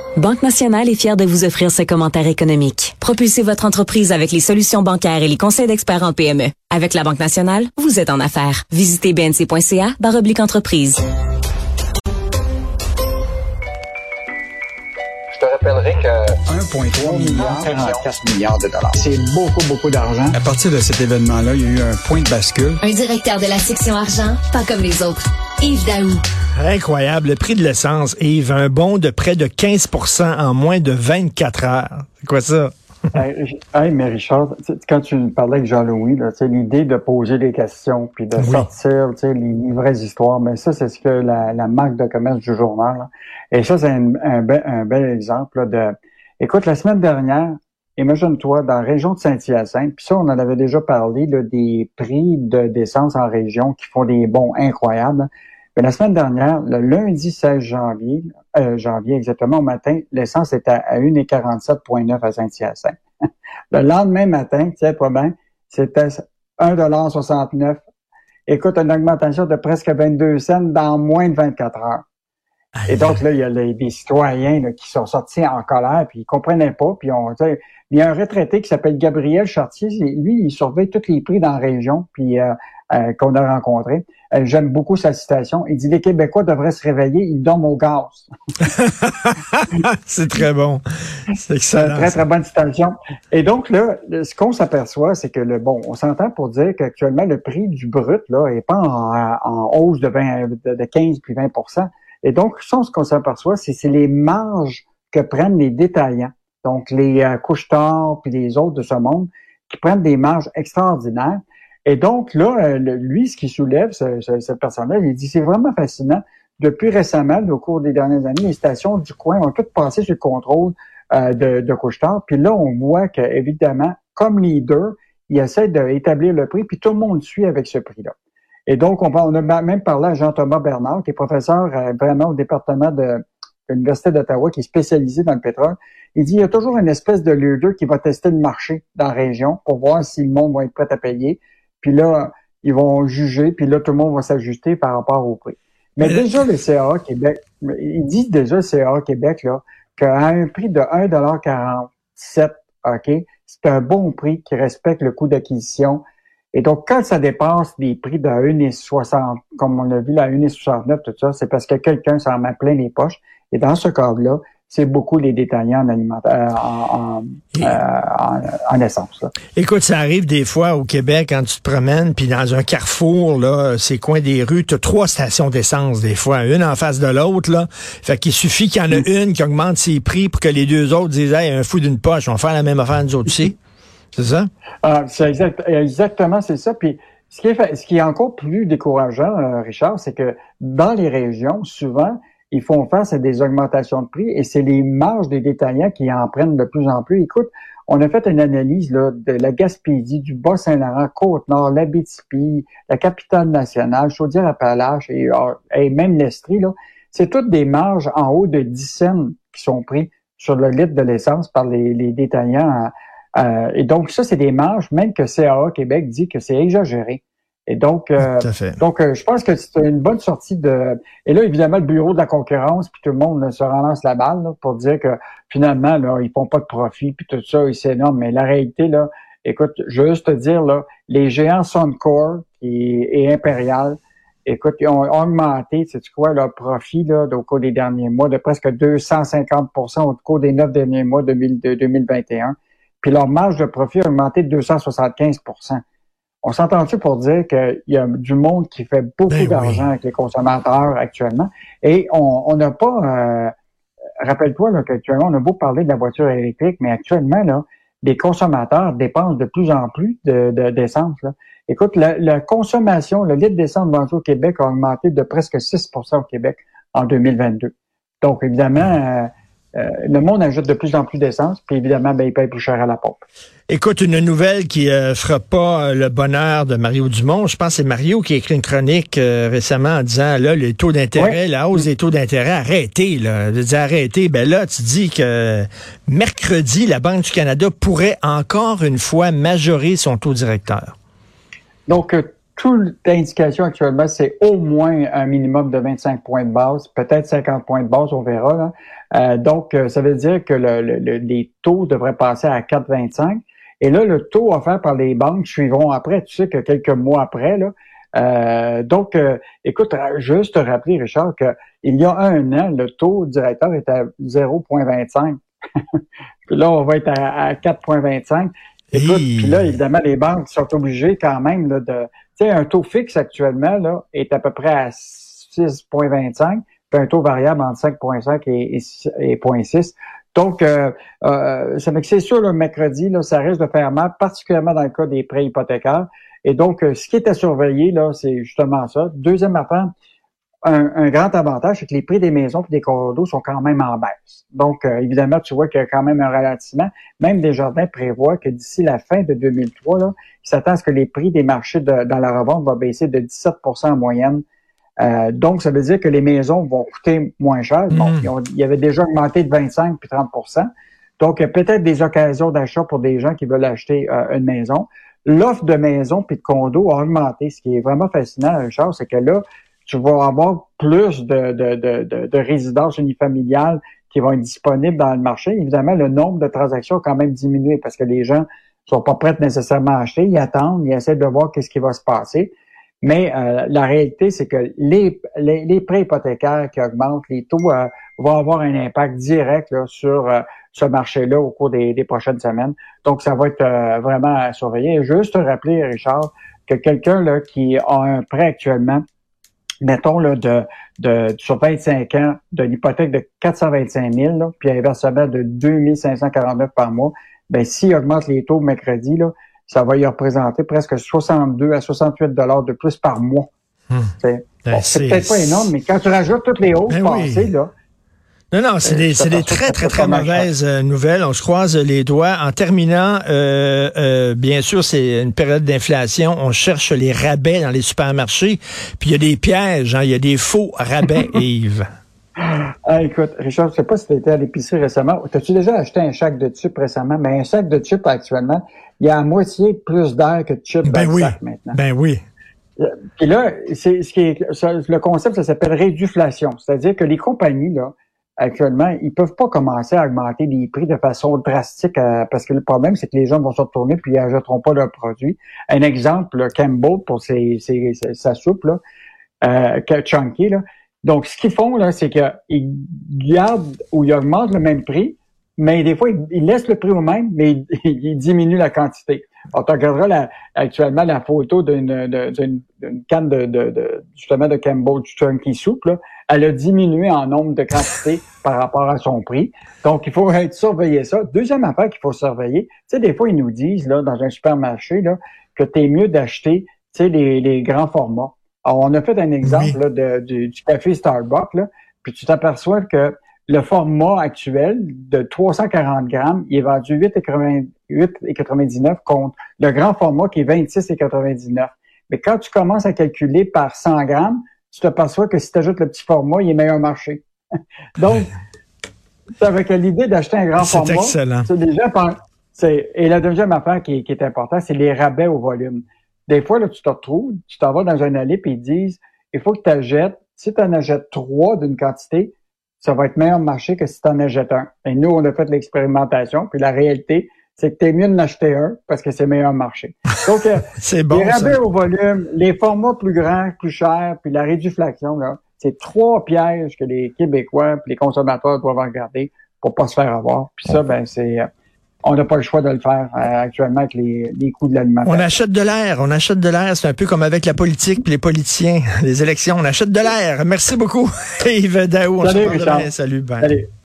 Banque Nationale est fière de vous offrir ce commentaire économique. Propulsez votre entreprise avec les solutions bancaires et les conseils d'experts en PME. Avec la Banque Nationale, vous êtes en affaires. Visitez bnc.ca/entreprise. Je te rappellerai que 1,3 milliard, 44 milliards de dollars. C'est beaucoup d'argent. À partir de cet événement-là, il y a eu un point de bascule. Un directeur de la section argent, pas comme les autres. Yves Daou. Incroyable. Le prix de l'essence, Yves, un bond de près de 15 % en moins de 24 heures. C'est quoi ça? Mais Richard, quand tu parlais avec Jean-Louis, là, l'idée de poser des questions puis de sortir les vraies histoires, mais ça, c'est ce que la marque de commerce du journal. Là. Et ça, c'est un bel exemple là, de... Écoute, la semaine dernière, imagine-toi, dans la région de Saint-Hyacinthe, puis ça, on en avait déjà parlé, là, des prix d'essence en région qui font des bonds incroyables. Mais la semaine dernière, le lundi 16 janvier exactement, au matin, l'essence était à 1,47,9 à Saint-Hyacinthe. Le lendemain matin, tiens-toi bien, c'était 1,69 $. Écoute, une augmentation de presque 22 cents dans moins de 24 heures. Et donc, là, il y a des citoyens là, qui sont sortis en colère, puis ils comprenaient pas. Puis il y a un retraité qui s'appelle Gabriel Chartier. Lui, il surveille tous les prix dans la région, puis qu'on a rencontré. J'aime beaucoup sa citation. Il dit, les Québécois devraient se réveiller, ils dorment au gaz. C'est très bon. C'est excellent. Très, très bonne citation. Et donc, là, ce qu'on s'aperçoit, c'est que on s'entend pour dire qu'actuellement, le prix du brut, là, est pas en hausse de 15 puis 20 %. Et donc, ça, ce qu'on s'aperçoit, c'est les marges que prennent les détaillants. Donc, les couche-tard puis les autres de ce monde qui prennent des marges extraordinaires. Et donc, là, lui, ce qui soulève, cette personne-là, il dit, c'est vraiment fascinant. Depuis récemment, au cours des dernières années, les stations du coin ont toutes passé sur le contrôle de couche-tard. Puis là, on voit qu'évidemment, comme leader, il essaie d'établir le prix, puis tout le monde suit avec ce prix-là. Et donc, on a même parlé à Jean-Thomas Bernard, qui est professeur vraiment au département de l'Université d'Ottawa, qui est spécialisé dans le pétrole. Il dit, il y a toujours une espèce de leader qui va tester le marché dans la région pour voir si le monde va être prêt à payer. Puis là, ils vont juger, puis là, tout le monde va s'ajuster par rapport au prix. Mais déjà, le CA Québec, il dit déjà le CA Québec, là, qu'à un prix de 1,47 $, OK, c'est un bon prix qui respecte le coût d'acquisition. Et donc, quand ça dépasse des prix de 1,60, comme on l'a vu là, 1,69, tout ça, c'est parce que quelqu'un s'en met plein les poches. Et dans ce cadre-là, c'est beaucoup les détaillants en essence. Là. Écoute, ça arrive des fois au Québec quand tu te promènes, puis dans un carrefour, là, ces coins des rues, tu as 3 stations d'essence des fois, une en face de l'autre. Là. Fait qu'il suffit qu'il y en ait une qui augmente ses prix pour que les deux autres disent « Hey, un fou d'une poche, on va faire la même affaire nous autres aussi. » C'est ça? C'est exactement, c'est ça. Puis ce qui est encore plus décourageant, Richard, c'est que dans les régions, souvent, ils font face à des augmentations de prix et c'est les marges des détaillants qui en prennent de plus en plus. Écoute, on a fait une analyse là, de la Gaspésie, du Bas-Saint-Laurent, Côte-Nord, l'Abitibi, la Capitale-Nationale, Chaudière-Appalaches et même l'Estrie. Là, c'est toutes des marges en haut de 10 cents qui sont pris sur le litre de l'essence par les détaillants. Et donc, ça, c'est des marges, même que CAA Québec dit que c'est exagéré. Et donc, je pense que c'est une bonne sortie de... Et là, évidemment, le bureau de la concurrence, puis tout le monde là, se relance la balle là, pour dire que finalement, là, ils font pas de profit, puis tout ça, et c'est énorme. Mais la réalité, là, écoute, je veux juste te dire, là, les géants Suncor et Impérial, écoute, ils ont augmenté, sais-tu quoi, leur profit là, au cours des derniers mois de presque 250 % au cours des 9 derniers mois de 2021. Puis leur marge de profit a augmenté de 275 %. On s'entend-tu pour dire qu'il y a du monde qui fait beaucoup d'argent avec les consommateurs actuellement? Et on n'a pas... rappelle-toi là, qu'actuellement, on a beau parler de la voiture électrique, mais actuellement, là, les consommateurs dépensent de plus en plus d'essence. Là. Écoute, la consommation, le litre d'essence vendu au Québec a augmenté de presque 6 % au Québec en 2022. Donc, évidemment... le monde ajoute de plus en plus d'essence, puis évidemment, il paye plus cher à la pompe. Écoute, une nouvelle qui fera pas le bonheur de Mario Dumont. Je pense que c'est Mario qui a écrit une chronique récemment en disant, là, les taux d'intérêt, la hausse des taux d'intérêt, arrêtez, là. Je dis arrêtez. Ben là, tu dis que mercredi, la Banque du Canada pourrait encore une fois majorer son taux directeur. Donc, toute indication actuellement, c'est au moins un minimum de 25 points de base, peut-être 50 points de base, on verra. Là. Donc, ça veut dire que les taux devraient passer à 4,25. Et là, le taux offert par les banques suivront après, tu sais que quelques mois après. Là. Donc, écoute, juste te rappeler, Richard, que il y a un an, le taux directeur était à 0,25. Puis là, on va être à 4,25. Écoute, puis là, évidemment, les banques sont obligées quand même là, de... Tu sais, un taux fixe actuellement là est à peu près à 6,25, puis un taux variable entre 5,5 et 0,6. Donc, ça fait que c'est sûr, le mercredi, là, ça risque de faire mal, particulièrement dans le cas des prêts hypothécaires. Et donc, ce qui est à surveiller, là, c'est justement ça. Deuxième affaire, un grand avantage, c'est que les prix des maisons et des condos sont quand même en baisse. Donc, évidemment, tu vois qu'il y a quand même un ralentissement. Même Desjardins prévoit que d'ici la fin de 2003, là, il s'attend à ce que les prix des marchés dans la revente vont baisser de 17 % en moyenne. Donc, ça veut dire que les maisons vont coûter moins cher. Bon, ils avaient déjà augmenté de 25 puis 30 %. Donc, il y a peut-être des occasions d'achat pour des gens qui veulent acheter une maison. L'offre de maisons puis de condos a augmenté. Ce qui est vraiment fascinant, Richard, c'est que là, tu vas avoir plus de résidences unifamiliales qui vont être disponibles dans le marché. Évidemment, le nombre de transactions a quand même diminué parce que les gens sont pas prêts nécessairement à acheter. Ils attendent, ils essaient de voir qu'est-ce qui va se passer. Mais la réalité, c'est que les prêts hypothécaires qui augmentent, les taux vont avoir un impact direct là, sur ce marché-là au cours des prochaines semaines. Donc, ça va être vraiment à surveiller. Et juste te rappeler, Richard, que quelqu'un là qui a un prêt actuellement, mettons, là, sur 25 ans, d'une hypothèque de 425 000, là, puis un versement de 2 549 par mois, ben, s'il augmente les taux mercredi, là, ça va y représenter presque 62 à 68 $ de plus par mois. C'est peut-être pas énorme, mais quand tu rajoutes toutes les hausses passées, là, non, c'est des très mauvaises nouvelles. On se croise les doigts. En terminant, bien sûr, c'est une période d'inflation. On cherche les rabais dans les supermarchés. Puis il y a des pièges, hein, il y a des faux rabais, Yves. Écoute, Richard, je sais pas si tu étais à l'épicerie récemment. T'as-tu déjà acheté un sac de chips récemment? Mais un sac de chips actuellement, il y a à moitié plus d'air que de chips dans le sac maintenant. Ben oui. Puis là, le concept, ça s'appelle réduflation. C'est-à-dire que les compagnies, là, actuellement, ils peuvent pas commencer à augmenter les prix de façon drastique parce que le problème, c'est que les gens vont se retourner puis ils achèteront pas leurs produits. Un exemple, là, Campbell pour sa soupe, là, Chunky, là. Donc, ce qu'ils font, là, c'est qu'ils gardent ou ils augmentent le même prix, mais des fois, ils laissent le prix au même, mais ils diminuent la quantité. Alors, tu regarderas actuellement la photo d'une canne justement de Campbell Chunky Soup, là. Elle a diminué en nombre de quantités par rapport à son prix. Donc, il faut surveiller ça. Deuxième affaire qu'il faut surveiller, tu sais, des fois, ils nous disent, là, dans un supermarché, là, que t'es mieux d'acheter, tu sais, les grands formats. Alors, on a fait un exemple là, du café Starbucks, là, puis tu t'aperçois que le format actuel de 340 grammes, il est vendu 8,99 contre le grand format qui est 26,99. Mais quand tu commences à calculer par 100 grammes, tu t'aperçois que si tu ajoutes le petit format, il est meilleur marché. Donc, c'est avec l'idée d'acheter un grand format. C'est excellent. Les gens pensent, et la deuxième affaire qui est importante, c'est les rabais au volume. Des fois, là, tu te retrouves, tu t'en vas dans un allée puis ils disent, il faut que tu achètes, si tu en achètes 3 d'une quantité, ça va être meilleur marché que si tu en achètes un. Et nous, on a fait l'expérimentation, puis la réalité, c'est que t'es mieux d'en acheter un parce que c'est meilleur marché. Donc, c'est bon, les rabais au volume, les formats plus grands, plus chers, puis la réduflation, là, c'est 3 pièges que les Québécois puis les consommateurs doivent regarder pour pas se faire avoir. Puis ça, ben, on n'a pas le choix de le faire actuellement avec les coûts de l'alimentation. On achète de l'air. C'est un peu comme avec la politique puis les politiciens, les élections. On achète de l'air. Merci beaucoup, Yves Daou. Salut, Richard. Salut, ben. Salut.